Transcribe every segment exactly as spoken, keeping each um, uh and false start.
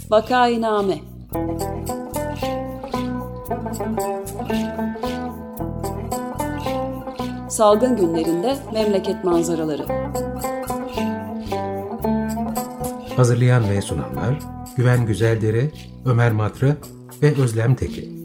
Vakainame. Salgın günlerinde memleket manzaraları. Hazırlayan ve sunanlar Güven Güzeldere, Ömer Madra ve Özlem Teke.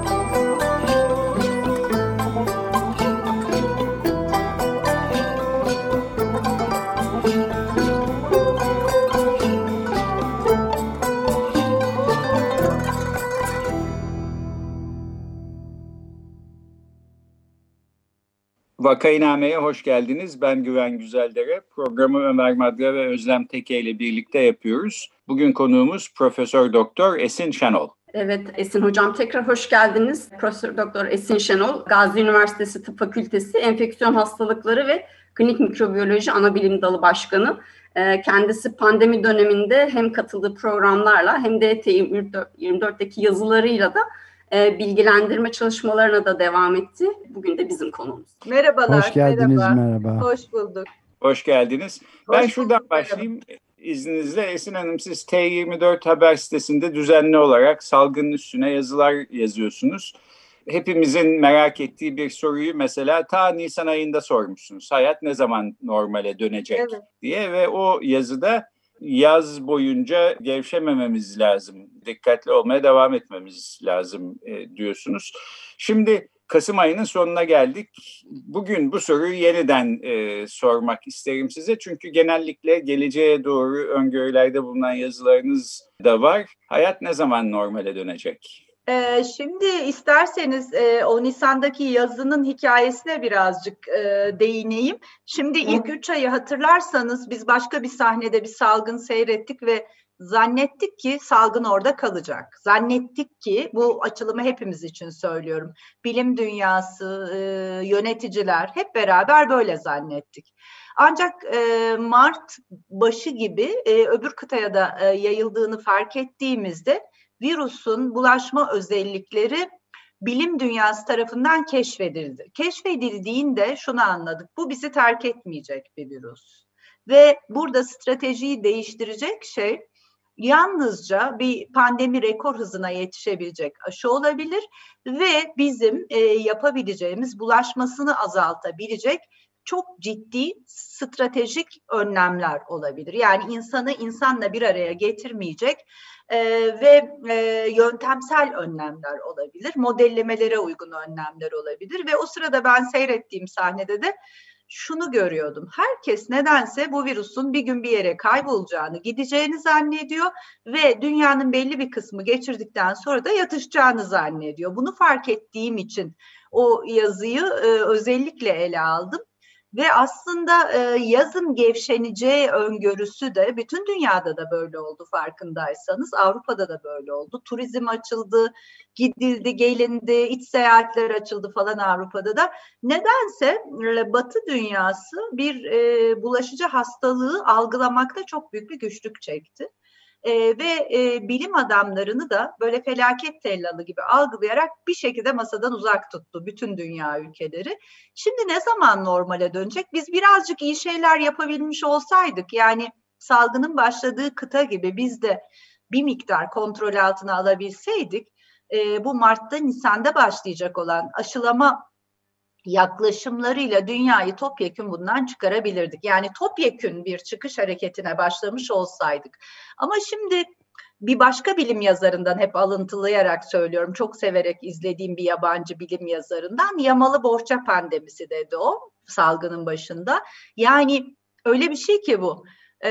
Vakainame'ye hoş geldiniz. Ben Güven Güzeldere. Programı Ömer Madra ve Özlem Teke ile birlikte yapıyoruz. Bugün konuğumuz Profesör Doktor Esin Şenol. Evet Esin Hocam, tekrar hoş geldiniz. Profesör Doktor Esin Şenol, Gazi Üniversitesi Tıp Fakültesi Enfeksiyon Hastalıkları ve Klinik Mikrobiyoloji Anabilim Dalı Başkanı. Kendisi pandemi döneminde hem katıldığı programlarla hem de T yirmi dörtteki yazılarıyla da bilgilendirme çalışmalarına da devam etti. Bugün de bizim konuğumuz. Merhabalar. Hoş geldiniz, merhaba. merhaba. Hoş bulduk. Hoş geldiniz. Hoş ben şuradan bulduk, başlayayım. Merhaba. İzninizle Esin Hanım, siz T yirmi dört haber sitesinde düzenli olarak salgının üstüne yazılar yazıyorsunuz. Hepimizin merak ettiği bir soruyu mesela ta Nisan ayında sormuşsunuz. Hayat ne zaman normale dönecek evet. diye ve o yazıda yaz boyunca gevşemememiz lazım, dikkatli olmaya devam etmemiz lazım e, diyorsunuz. Şimdi Kasım ayının sonuna geldik. Bugün bu soruyu yeniden e, sormak isterim size. Çünkü genellikle geleceğe doğru öngörülerde bulunan yazılarınız da var. Hayat ne zaman normale dönecek? Ee, şimdi isterseniz e, o Nisan'daki yazının hikayesine birazcık e, değineyim. Şimdi ilk üç ayı hatırlarsanız biz başka bir sahnede bir salgın seyrettik ve zannettik ki salgın orada kalacak. Zannettik ki, bu açılımı hepimiz için söylüyorum, bilim dünyası, e, yöneticiler hep beraber böyle zannettik. Ancak e, Mart başı gibi e, öbür kıtaya da e, yayıldığını fark ettiğimizde virüsün bulaşma özellikleri bilim dünyası tarafından keşfedildi. Keşfedildiğinde şunu anladık: bu bizi terk etmeyecek bir virüs. Ve burada stratejiyi değiştirecek şey yalnızca bir pandemi rekor hızına yetişebilecek aşı olabilir ve bizim e, yapabileceğimiz, bulaşmasını azaltabilecek çok ciddi stratejik önlemler olabilir. Yani insanı insanla bir araya getirmeyecek e, ve e, yöntemsel önlemler olabilir, modellemelere uygun önlemler olabilir ve o sırada ben seyrettiğim sahnede de şunu görüyordum: herkes nedense bu virüsün bir gün bir yere kaybolacağını, gideceğini zannediyor ve dünyanın belli bir kısmı geçirdikten sonra da yatışacağını zannediyor. Bunu fark ettiğim için o yazıyı e, özellikle ele aldım. Ve aslında e, yazın gevşeneceği öngörüsü de bütün dünyada da böyle oldu, farkındaysanız. Avrupa'da da böyle oldu. Turizm açıldı, gidildi, gelindi, iç seyahatler açıldı falan Avrupa'da da. Nedense e, Batı dünyası bir e, bulaşıcı hastalığı algılamakta çok büyük bir güçlük çekti. Ee, ve e, bilim adamlarını da böyle felaket tellalı gibi algılayarak bir şekilde masadan uzak tuttu bütün dünya ülkeleri. Şimdi ne zaman normale dönecek? Biz birazcık iyi şeyler yapabilmiş olsaydık, yani salgının başladığı kıta gibi biz de bir miktar kontrol altına alabilseydik, e, bu Mart'ta Nisan'da başlayacak olan aşılama yaklaşımlarıyla dünyayı topyekün bundan çıkarabilirdik. Yani topyekün bir çıkış hareketine başlamış olsaydık. Ama şimdi bir başka bilim yazarından hep alıntılayarak söylüyorum, çok severek izlediğim bir yabancı bilim yazarından, yamalı bohça pandemisi dedi o salgının başında. Yani öyle bir şey ki bu.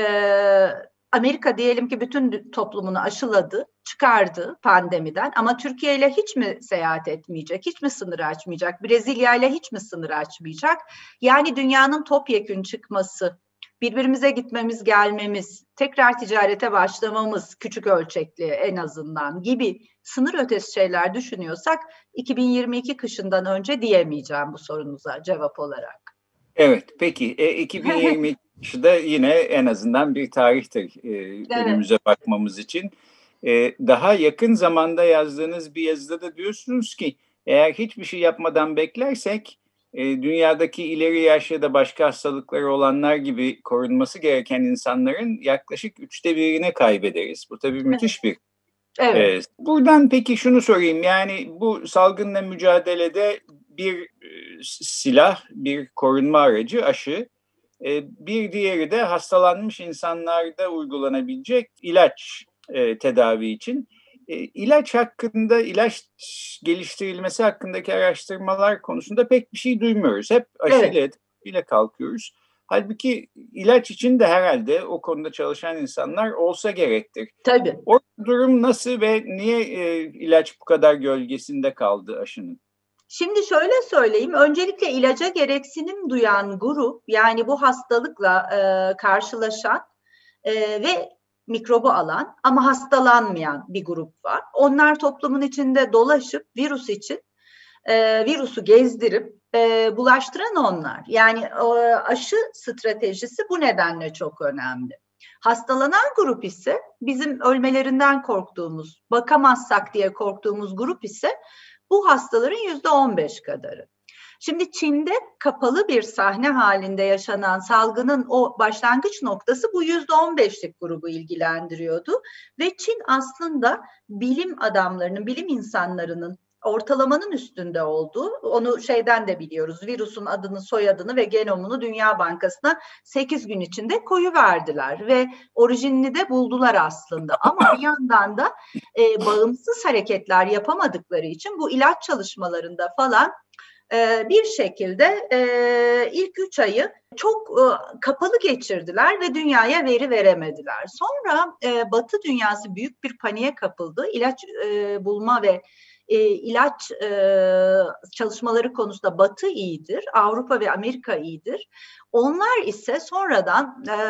Ee, Amerika diyelim ki bütün toplumunu aşıladı, çıkardı pandemiden, ama Türkiye ile hiç mi seyahat etmeyecek, hiç mi sınır açmayacak, Brezilya ile hiç mi sınır açmayacak? Yani dünyanın topyekün çıkması, birbirimize gitmemiz, gelmemiz, tekrar ticarete başlamamız, küçük ölçekli en azından gibi sınır ötesi şeyler düşünüyorsak iki bin yirmi iki kışından önce diyemeyeceğim bu sorunuza cevap olarak. Evet, peki e, iki bin yirmi iki da yine en azından bir tarihtir e, evet. önümüze bakmamız için. E, daha yakın zamanda yazdığınız bir yazıda da diyorsunuz ki eğer hiçbir şey yapmadan beklersek e, dünyadaki ileri yaş ya da başka hastalıkları olanlar gibi korunması gereken insanların yaklaşık üçte birini kaybederiz. Bu tabii müthiş bir. Evet. E, buradan peki şunu sorayım, yani bu salgınla mücadelede bir e, silah, bir korunma aracı aşı, e, bir diğeri de hastalanmış insanlarda uygulanabilecek ilaç e, tedavi için. E, ilaç hakkında, ilaç geliştirilmesi hakkındaki araştırmalar konusunda pek bir şey duymuyoruz. Hep aşıyla, Evet. ile kalkıyoruz. Halbuki ilaç için de herhalde o konuda çalışan insanlar olsa gerektir. Tabii. O durum nasıl ve niye e, ilaç bu kadar gölgesinde kaldı aşının? Şimdi şöyle söyleyeyim, öncelikle ilaca gereksinim duyan grup, yani bu hastalıkla e, karşılaşan e, ve mikrobu alan ama hastalanmayan bir grup var. Onlar toplumun içinde dolaşıp virüs için e, virüsü gezdirip e, bulaştıran onlar. Yani e, aşı stratejisi bu nedenle çok önemli. Hastalanan grup ise bizim ölmelerinden korktuğumuz, bakamazsak diye korktuğumuz grup ise bu hastaların yüzde on beş kadarı. Şimdi Çin'de kapalı bir sahne halinde yaşanan salgının o başlangıç noktası bu yüzde on beşlik grubu ilgilendiriyordu. Ve Çin aslında bilim adamlarının, bilim insanlarının ortalamanın üstünde olduğu, onu şeyden de biliyoruz. Virüsün adını, soyadını ve genomunu Dünya Bankası'na sekiz gün içinde koyuverdiler ve orijinini de buldular aslında. Ama bir yandan da e, bağımsız hareketler yapamadıkları için bu ilaç çalışmalarında falan e, bir şekilde e, ilk üç ayı çok e, kapalı geçirdiler ve dünyaya veri veremediler. Sonra e, Batı dünyası büyük bir paniğe kapıldı. İlaç e, bulma ve E, ilaç e, çalışmaları konusunda Batı iyidir, Avrupa ve Amerika iyidir. Onlar ise sonradan e,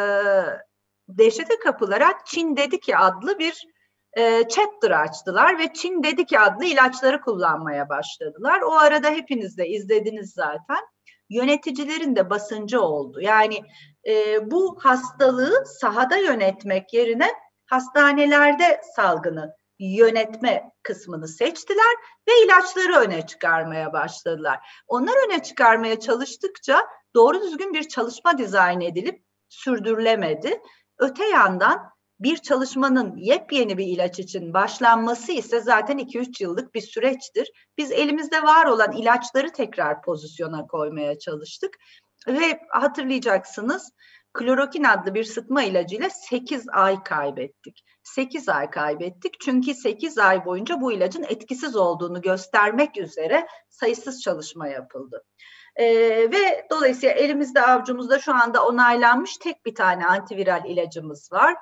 dehşete kapılarak Çin dedi ki adlı bir e, chapter açtılar ve Çin dedi ki adlı ilaçları kullanmaya başladılar. O arada hepiniz de izlediniz zaten. Yöneticilerin de basıncı oldu. Yani e, bu hastalığı sahada yönetmek yerine hastanelerde salgını yönetme kısmını seçtiler ve ilaçları öne çıkarmaya başladılar. Onlar öne çıkarmaya çalıştıkça doğru düzgün bir çalışma dizayn edilip sürdürülemedi. Öte yandan bir çalışmanın yepyeni bir ilaç için başlanması ise zaten iki üç yıllık bir süreçtir. Biz elimizde var olan ilaçları tekrar pozisyona koymaya çalıştık ve hatırlayacaksınız, klorokin adlı bir sıtma ilacıyla sekiz ay kaybettik. sekiz ay kaybettik çünkü sekiz ay boyunca bu ilacın etkisiz olduğunu göstermek üzere sayısız çalışma yapıldı. Ee, ve dolayısıyla elimizde, avucumuzda şu anda onaylanmış tek bir tane antiviral ilacımız var.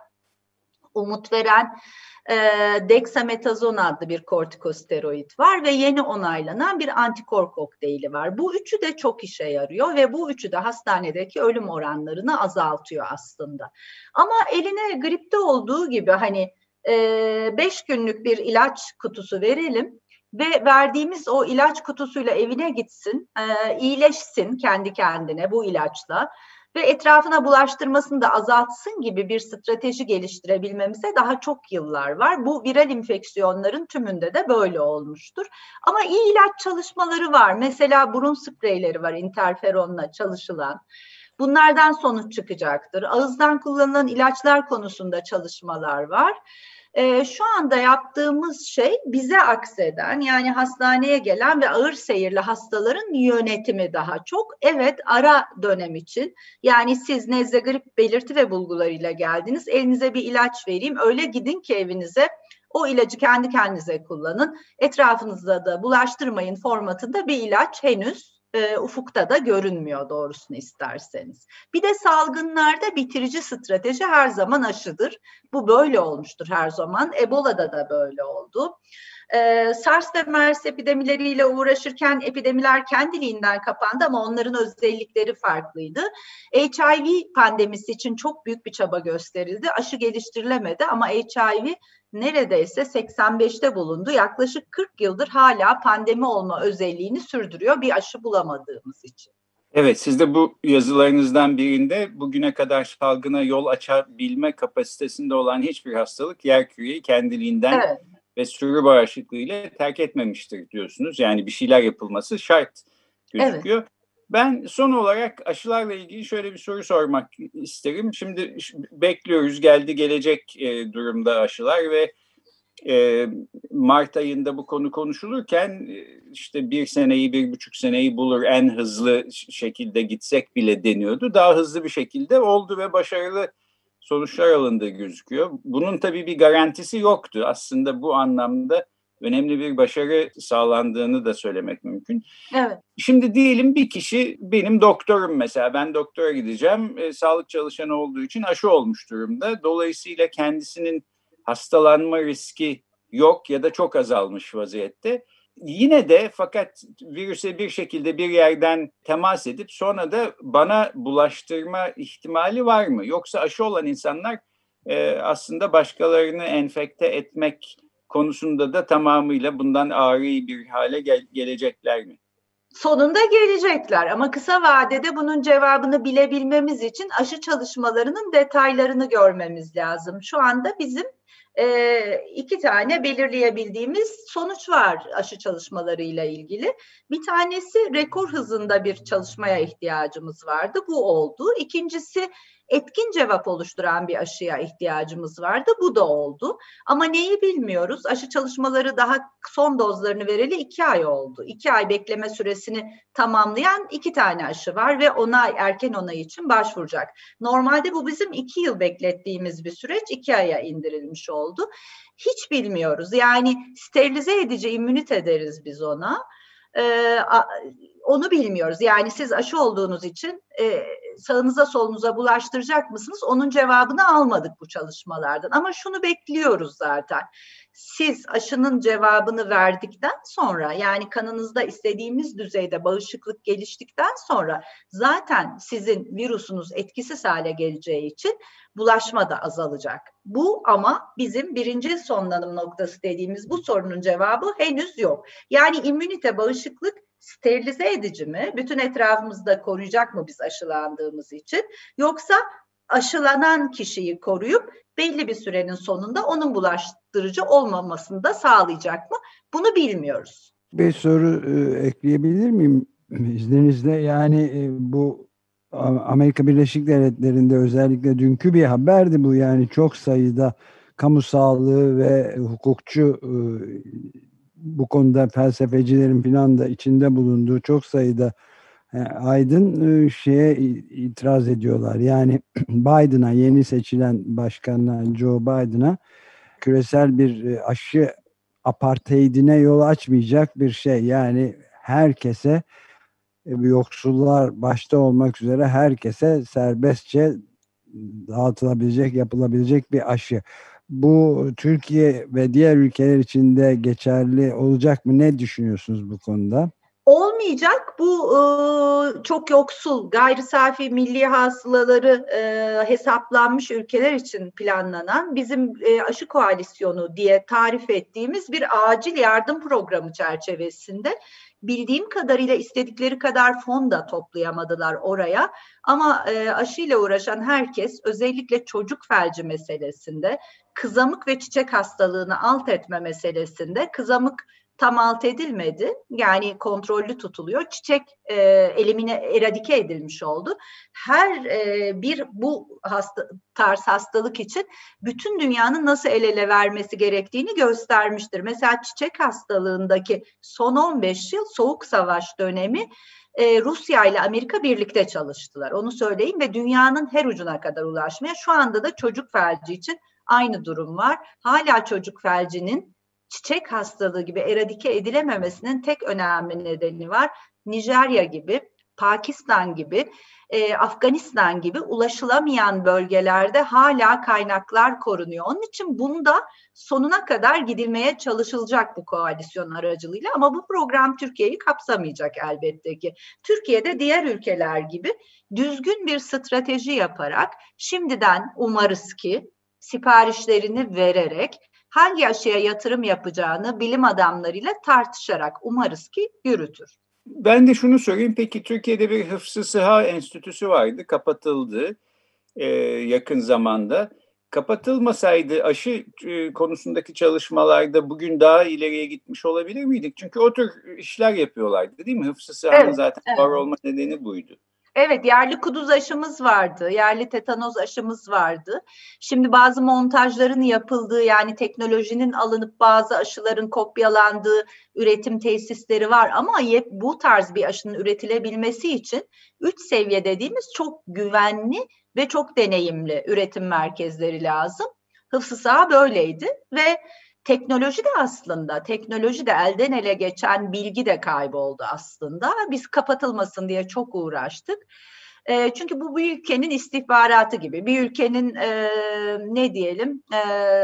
Umut veren e, dexametazon adlı bir kortikosteroid var ve yeni onaylanan bir antikor kokteyli var. Bu üçü de çok işe yarıyor ve bu üçü de hastanedeki ölüm oranlarını azaltıyor aslında. Ama eline gripte olduğu gibi hani e, beş günlük bir ilaç kutusu verelim ve verdiğimiz o ilaç kutusuyla evine gitsin, e, iyileşsin kendi kendine bu ilaçla ve etrafına bulaştırmasını da azaltsın gibi bir strateji geliştirebilmemize daha çok yıllar var. Bu viral enfeksiyonların tümünde de böyle olmuştur. Ama iyi ilaç çalışmaları var. Mesela burun spreyleri var interferonla çalışılan. Bunlardan sonuç çıkacaktır. Ağızdan kullanılan ilaçlar konusunda çalışmalar var. Ee, şu anda yaptığımız şey bize akseden, yani hastaneye gelen ve ağır seyirli hastaların yönetimi daha çok. Evet, ara dönem için, yani siz nezle, grip belirti ve bulgularıyla geldiniz, elinize bir ilaç vereyim, öyle gidin ki evinize, o ilacı kendi kendinize kullanın, etrafınızda da bulaştırmayın formatında bir ilaç henüz e, ufukta da görünmüyor doğrusunu isterseniz. Bir de salgınlarda bitirici strateji her zaman aşıdır. Bu böyle olmuştur her zaman. Ebola'da da böyle oldu. Ee, SARS ve MERS epidemileriyle uğraşırken epidemiler kendiliğinden kapandı ama onların özellikleri farklıydı. H I V pandemisi için çok büyük bir çaba gösterildi. Aşı geliştirilemedi ama H I V neredeyse seksen beşte bulundu. Yaklaşık kırk yıldır hala pandemi olma özelliğini sürdürüyor bir aşı bulamadığımız için. Evet, siz de bu yazılarınızdan birinde bugüne kadar salgına yol açabilme kapasitesinde olan hiçbir hastalık yerküreyi kendiliğinden evet. ve sürü bağışıklığıyla terk etmemiştir diyorsunuz. Yani bir şeyler yapılması şart gözüküyor. Evet. Ben son olarak aşılarla ilgili şöyle bir soru sormak isterim. Şimdi bekliyoruz, geldi gelecek e, durumda aşılar ve e, Mart ayında bu konu konuşulurken işte bir seneyi, bir buçuk seneyi bulur en hızlı şekilde gitsek bile deniyordu. Daha hızlı bir şekilde oldu ve başarılı sonuçlar alındığı gözüküyor. Bunun tabii bir garantisi yoktu. Aslında bu anlamda önemli bir başarı sağlandığını da söylemek mümkün. Evet. Şimdi diyelim bir kişi benim doktorum mesela. Ben doktora gideceğim. E, sağlık çalışanı olduğu için aşı olmuş durumda. Dolayısıyla kendisinin hastalanma riski yok ya da çok azalmış vaziyette. Yine de fakat virüse bir şekilde bir yerden temas edip sonra da bana bulaştırma ihtimali var mı? Yoksa aşı olan insanlar e, aslında başkalarını enfekte etmek konusunda da tamamıyla bundan ari bir hale gel- gelecekler mi? Sonunda gelecekler ama kısa vadede bunun cevabını bilebilmemiz için aşı çalışmalarının detaylarını görmemiz lazım. Şu anda bizim e, iki tane belirleyebildiğimiz sonuç var aşı çalışmalarıyla ilgili. Bir tanesi rekor hızında bir çalışmaya ihtiyacımız vardı. Bu oldu. İkincisi etkin cevap oluşturan bir aşıya ihtiyacımız vardı. Bu da oldu. Ama neyi bilmiyoruz? Aşı çalışmaları daha son dozlarını vereli iki ay oldu. İki ay bekleme süresini tamamlayan iki tane aşı var ve onay, erken onay için başvuracak. Normalde bu bizim iki yıl beklettiğimiz bir süreç iki aya indirilmiş oldu. Hiç bilmiyoruz. Yani sterilize edici immünite deriz biz ona. Ee, onu bilmiyoruz. Yani siz aşı olduğunuz için e, sağınıza solunuza bulaştıracak mısınız? Onun cevabını almadık bu çalışmalardan. Ama şunu bekliyoruz zaten. Siz aşının cevabını verdikten sonra, yani kanınızda istediğimiz düzeyde bağışıklık geliştikten sonra zaten sizin virüsünüz etkisiz hale geleceği için bulaşma da azalacak. Bu ama bizim birinci sonlanım noktası dediğimiz bu sorunun cevabı henüz yok. Yani immünite, bağışıklık sterilize edici mi? Bütün etrafımızda koruyacak mı biz aşılandığımız için? Yoksa aşılanan kişiyi koruyup belli bir sürenin sonunda onun bulaştırıcı olmamasını da sağlayacak mı? Bunu bilmiyoruz. Bir soru e, ekleyebilir miyim izninizle? Yani e, bu Amerika Birleşik Devletleri'nde özellikle dünkü bir haberdi bu. Yani çok sayıda kamu sağlığı ve hukukçu e, bu konuda felsefecilerin falan da içinde bulunduğu çok sayıda e, aydın e, şeye itiraz ediyorlar. Yani Biden'a, yeni seçilen başkanına, Joe Biden'a küresel bir e, aşı apartheidine yol açmayacak bir şey. Yani herkese, e, yoksullar başta olmak üzere herkese serbestçe dağıtılabilecek, yapılabilecek bir aşı. Bu Türkiye ve diğer ülkeler için de geçerli olacak mı? Ne düşünüyorsunuz bu konuda? Olmayacak. Bu e, çok yoksul, gayri safi milli hasılaları e, hesaplanmış ülkeler için planlanan bizim e, aşı koalisyonu diye tarif ettiğimiz bir acil yardım programı çerçevesinde. Bildiğim kadarıyla istedikleri kadar fon da toplayamadılar oraya. Ama e, aşıyla uğraşan herkes, özellikle çocuk felci meselesinde, kızamık ve çiçek hastalığını alt etme meselesinde, kızamık tam alt edilmedi. Yani kontrollü tutuluyor. Çiçek e, elimine eradike edilmiş oldu. Her e, bir bu hasta, tarz hastalık için bütün dünyanın nasıl el ele vermesi gerektiğini göstermiştir. Mesela çiçek hastalığındaki son on beş yıl Soğuk Savaş dönemi e, Rusya ile Amerika birlikte çalıştılar. Onu söyleyeyim ve dünyanın her ucuna kadar ulaşmaya. Şu anda da çocuk felci için aynı durum var. Hala çocuk felcinin çiçek hastalığı gibi eradike edilememesinin tek önemli nedeni var. Nijerya gibi, Pakistan gibi, e, Afganistan gibi ulaşılamayan bölgelerde hala kaynaklar korunuyor. Onun için bunda sonuna kadar gidilmeye çalışılacak bu koalisyon aracılığıyla. Ama bu program Türkiye'yi kapsamayacak elbette ki. Türkiye'de diğer ülkeler gibi düzgün bir strateji yaparak şimdiden umarız ki siparişlerini vererek hangi aşıya yatırım yapacağını bilim adamlarıyla tartışarak umarız ki yürütür. Ben de şunu sorayım. Peki Türkiye'de bir Hıfzı Sıha Enstitüsü vardı. Kapatıldı e, yakın zamanda. kapatılmasaydı aşı e, konusundaki çalışmalarda bugün daha ileriye gitmiş olabilir miydik? Çünkü o tür işler yapıyorlardı değil mi? Hıfzı sahanın Evet, zaten evet. var olma nedeni buydu. Evet, yerli kuduz aşımız vardı, yerli tetanoz aşımız vardı. Şimdi bazı montajların yapıldığı, yani teknolojinin alınıp bazı aşıların kopyalandığı üretim tesisleri var. Ama bu tarz bir aşının üretilebilmesi için üç seviye dediğimiz çok güvenli ve çok deneyimli üretim merkezleri lazım. Hıfzı saha böyleydi ve teknoloji de aslında, teknoloji de elden ele geçen bilgi de kayboldu aslında. Biz kapatılmasın diye çok uğraştık. E, çünkü bu bir ülkenin istihbaratı gibi, bir ülkenin e, ne diyelim e,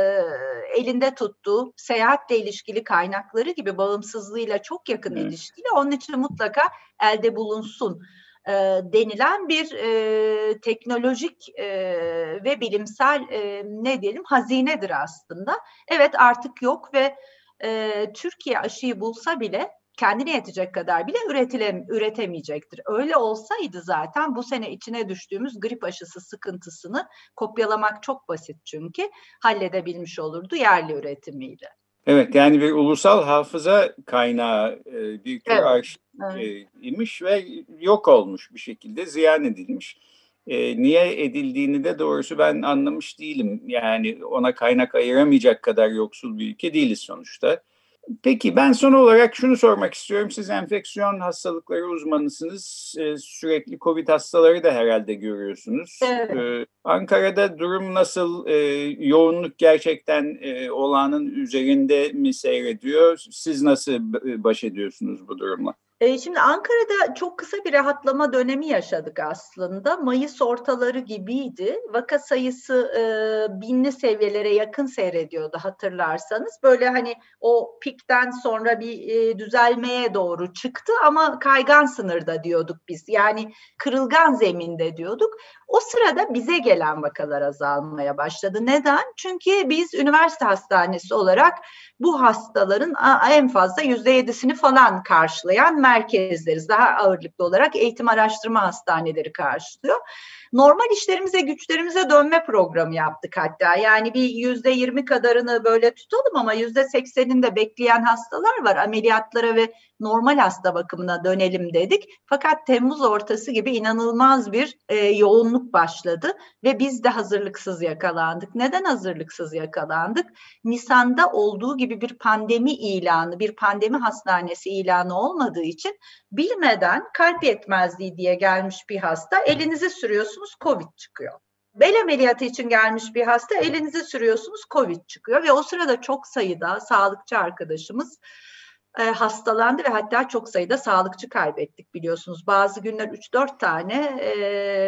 elinde tuttuğu seyahatle ilişkili kaynakları gibi bağımsızlığıyla çok yakın Evet. ilişkili. Onun için mutlaka elde bulunsun E, denilen bir e, teknolojik e, ve bilimsel e, ne diyelim hazinedir aslında. Evet, artık yok ve e, Türkiye aşıyı bulsa bile kendine yetecek kadar bile üretile, üretemeyecektir. Öyle olsaydı zaten bu sene içine düştüğümüz grip aşısı sıkıntısını kopyalamak çok basit, çünkü halledebilmiş olurdu yerli üretimiyle. Evet, yani bir ulusal hafıza kaynağı bir tür Evet, arşiv evet. imiş ve yok olmuş bir şekilde, ziyan edilmiş. E, niye edildiğini de doğrusu ben anlamış değilim. Yani ona kaynak ayıramayacak kadar yoksul bir ülke değiliz sonuçta. Peki ben son olarak şunu sormak istiyorum. Siz enfeksiyon hastalıkları uzmanısınız. Ee, sürekli Covid hastaları da herhalde görüyorsunuz. Evet. Ee, Ankara'da durum nasıl? Ee, yoğunluk gerçekten e, olağanın üzerinde mi seyrediyor? Siz nasıl baş ediyorsunuz bu durumla? E, şimdi Ankara'da çok kısa bir rahatlama dönemi yaşadık aslında. Mayıs ortaları gibiydi. Vaka sayısı e, binli seviyelere yakın seyrediyordu hatırlarsanız. Böyle hani o pikten sonra bir e, düzelmeye doğru çıktı ama kaygan sınırda diyorduk biz. Yani kırılgan zeminde diyorduk. O sırada bize gelen vakalar azalmaya başladı. Neden? Çünkü biz üniversite hastanesi olarak bu hastaların en fazla yüzde yedisini falan karşılayan merkezleriz. Daha ağırlıklı olarak eğitim araştırma hastaneleri karşılıyor. Normal işlerimize, güçlerimize dönme programı yaptık hatta. Yani bir yüzde yirmi kadarını böyle tutalım ama yüzde sekseninde bekleyen hastalar var. Ameliyatlara ve normal hasta bakımına dönelim dedik. Fakat Temmuz ortası gibi inanılmaz bir e, yoğunluk başladı ve biz de hazırlıksız yakalandık. Neden hazırlıksız yakalandık? Nisan'da olduğu gibi bir pandemi ilanı, bir pandemi hastanesi ilanı olmadığı için bilmeden kalp yetmezliği diye gelmiş bir hasta, elinizi sürüyorsunuz, Covid çıkıyor. Bel ameliyatı için gelmiş bir hasta, elinizi sürüyorsunuz, Covid çıkıyor ve o sırada çok sayıda sağlıkçı arkadaşımız e, hastalandı ve hatta çok sayıda sağlıkçı kaybettik biliyorsunuz. Bazı günler üç dört tane e, e,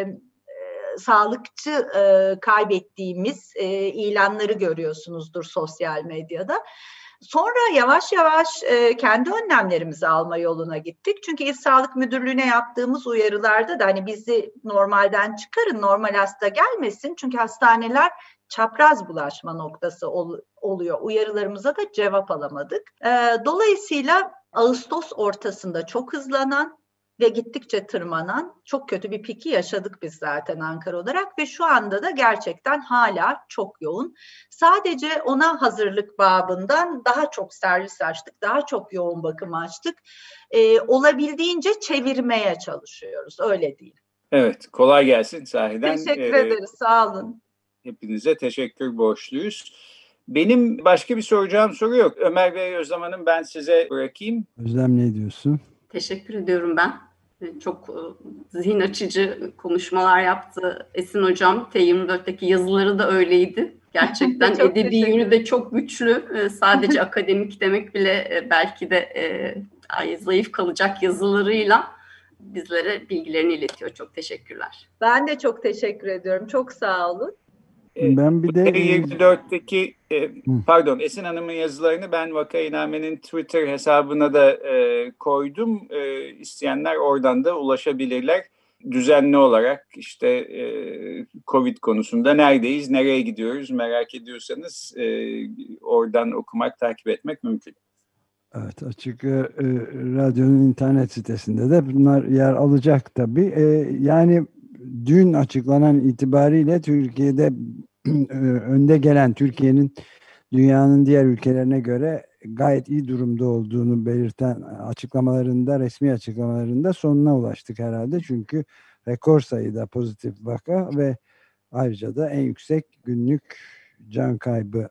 sağlıkçı e, kaybettiğimiz e, ilanları görüyorsunuzdur sosyal medyada. Sonra yavaş yavaş e, kendi önlemlerimizi alma yoluna gittik. Çünkü İl Sağlık Müdürlüğü'ne yaptığımız uyarılarda da hani bizi normalden çıkarın, normal hasta gelmesin. Çünkü hastaneler çapraz bulaşma noktası ol, oluyor. Uyarılarımıza da cevap alamadık. E, dolayısıyla Ağustos ortasında çok hızlanan ve gittikçe tırmanan çok kötü bir piki yaşadık biz zaten Ankara olarak ve şu anda da gerçekten hala çok yoğun. Sadece ona hazırlık babından daha çok servis açtık, daha çok yoğun bakım açtık. Ee, olabildiğince çevirmeye çalışıyoruz, öyle değil. Evet, kolay gelsin sahiden. Teşekkür ee, ederiz, sağ olun. Hepinize teşekkür borçluyuz. Benim başka bir soracağım soru yok. Ömer Bey, Özlem Hanım, ben size bırakayım. Özlem, ne diyorsun? Teşekkür ediyorum ben. Çok zihin açıcı konuşmalar yaptı Esin Hocam. T yirmi dörtteki yazıları da öyleydi. Gerçekten edebi yönü de çok güçlü. Sadece akademik demek bile belki de zayıf kalacak yazılarıyla bizlere bilgilerini iletiyor. Çok teşekkürler. Ben de çok teşekkür ediyorum. Çok sağ olun. Ben bir de T yirmi dörtteki e, pardon Esin Hanım'ın yazılarını ben Vakainame'nin Twitter hesabına da e, koydum. E, isteyenler oradan da ulaşabilirler. Düzenli olarak işte e, Covid konusunda neredeyiz, nereye gidiyoruz merak ediyorsanız e, oradan okumak, takip etmek mümkün. Evet, Açık e, Radyo'nun internet sitesinde de bunlar yer alacak tabii. E, yani dün açıklanan itibariyle Türkiye'de önde gelen Türkiye'nin dünyanın diğer ülkelerine göre gayet iyi durumda olduğunu belirten açıklamalarında, resmi açıklamalarında sonuna ulaştık herhalde. Çünkü rekor sayıda pozitif vaka ve ayrıca da en yüksek günlük can kaybı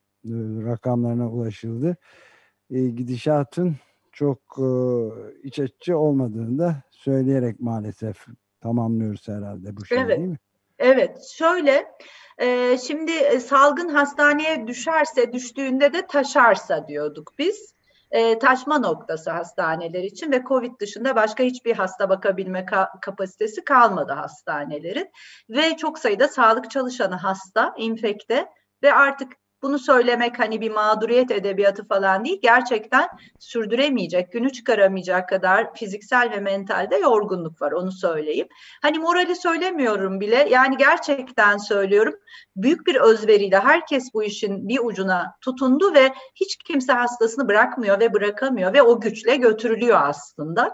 rakamlarına ulaşıldı. E, gidişatın çok e, iç açıcı olmadığını da söyleyerek maalesef tamamlıyoruz herhalde bu şey, evet. Değil mi? Evet, şöyle e, şimdi salgın hastaneye düşerse, düştüğünde de taşarsa diyorduk biz. E, taşma noktası hastaneler için ve Covid dışında başka hiçbir hasta bakabilme ka- kapasitesi kalmadı hastanelerin. Ve çok sayıda sağlık çalışanı hasta, infekte ve artık bunu söylemek hani bir mağduriyet edebiyatı falan değil, gerçekten sürdüremeyecek, günü çıkaramayacak kadar fiziksel ve mentalde yorgunluk var, onu söyleyeyim. Hani morali söylemiyorum bile, yani gerçekten söylüyorum, büyük bir özveriyle herkes bu işin bir ucuna tutundu ve hiç kimse hastasını bırakmıyor ve bırakamıyor ve o güçle götürülüyor aslında.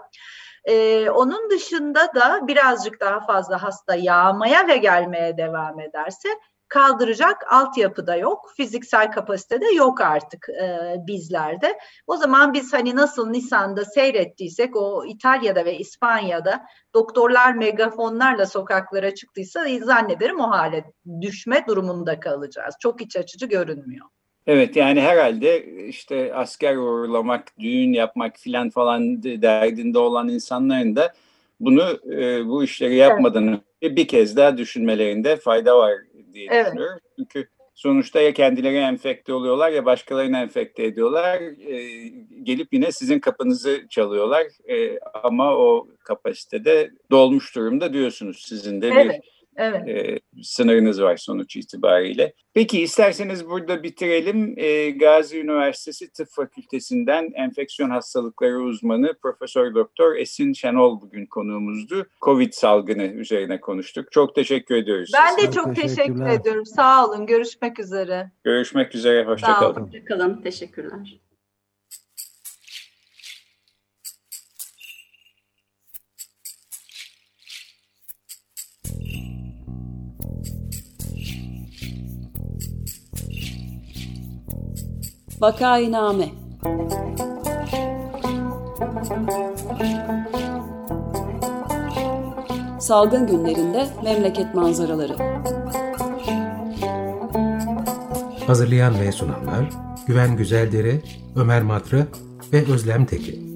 Ee, onun dışında da birazcık daha fazla hasta yağmaya ve gelmeye devam ederse kaldıracak altyapı da yok, fiziksel kapasite de yok artık e, bizlerde. O zaman biz hani nasıl Nisan'da seyrettiysek, o İtalya'da ve İspanya'da doktorlar megafonlarla sokaklara çıktıysa zannederim o hale düşme durumunda kalacağız. Çok iç açıcı görünmüyor. Evet, yani herhalde işte asker uğurlamak, düğün yapmak filan falan derdinde olan insanların da bunu e, bu işleri yapmadan önce evet. bir kez daha düşünmelerinde fayda var diye evet. düşünüyorum. Çünkü sonuçta ya kendileri enfekte oluyorlar ya başkalarını enfekte ediyorlar. E, gelip yine sizin kapınızı çalıyorlar. E, ama o kapasitede dolmuş durumda diyorsunuz. Sizin de evet. bir Evet. E, sınırınız var sonuç itibariyle. Peki isterseniz burada bitirelim. E, Gazi Üniversitesi Tıp Fakültesinden enfeksiyon hastalıkları uzmanı Profesör Doktor Esin Şenol bugün konuğumuzdu. Covid salgını üzerine konuştuk. Çok teşekkür ediyoruz. Ben de çok teşekkür ediyorum. Sağ olun. Görüşmek üzere. Görüşmek üzere. Hoşça kalın. Hoşça kalın. Teşekkürler. Vakainame. Salgın günlerinde memleket manzaraları. Hazırlayan ve sunanlar Güven Güzeldere, Ömer Madra ve Özlem Tekin.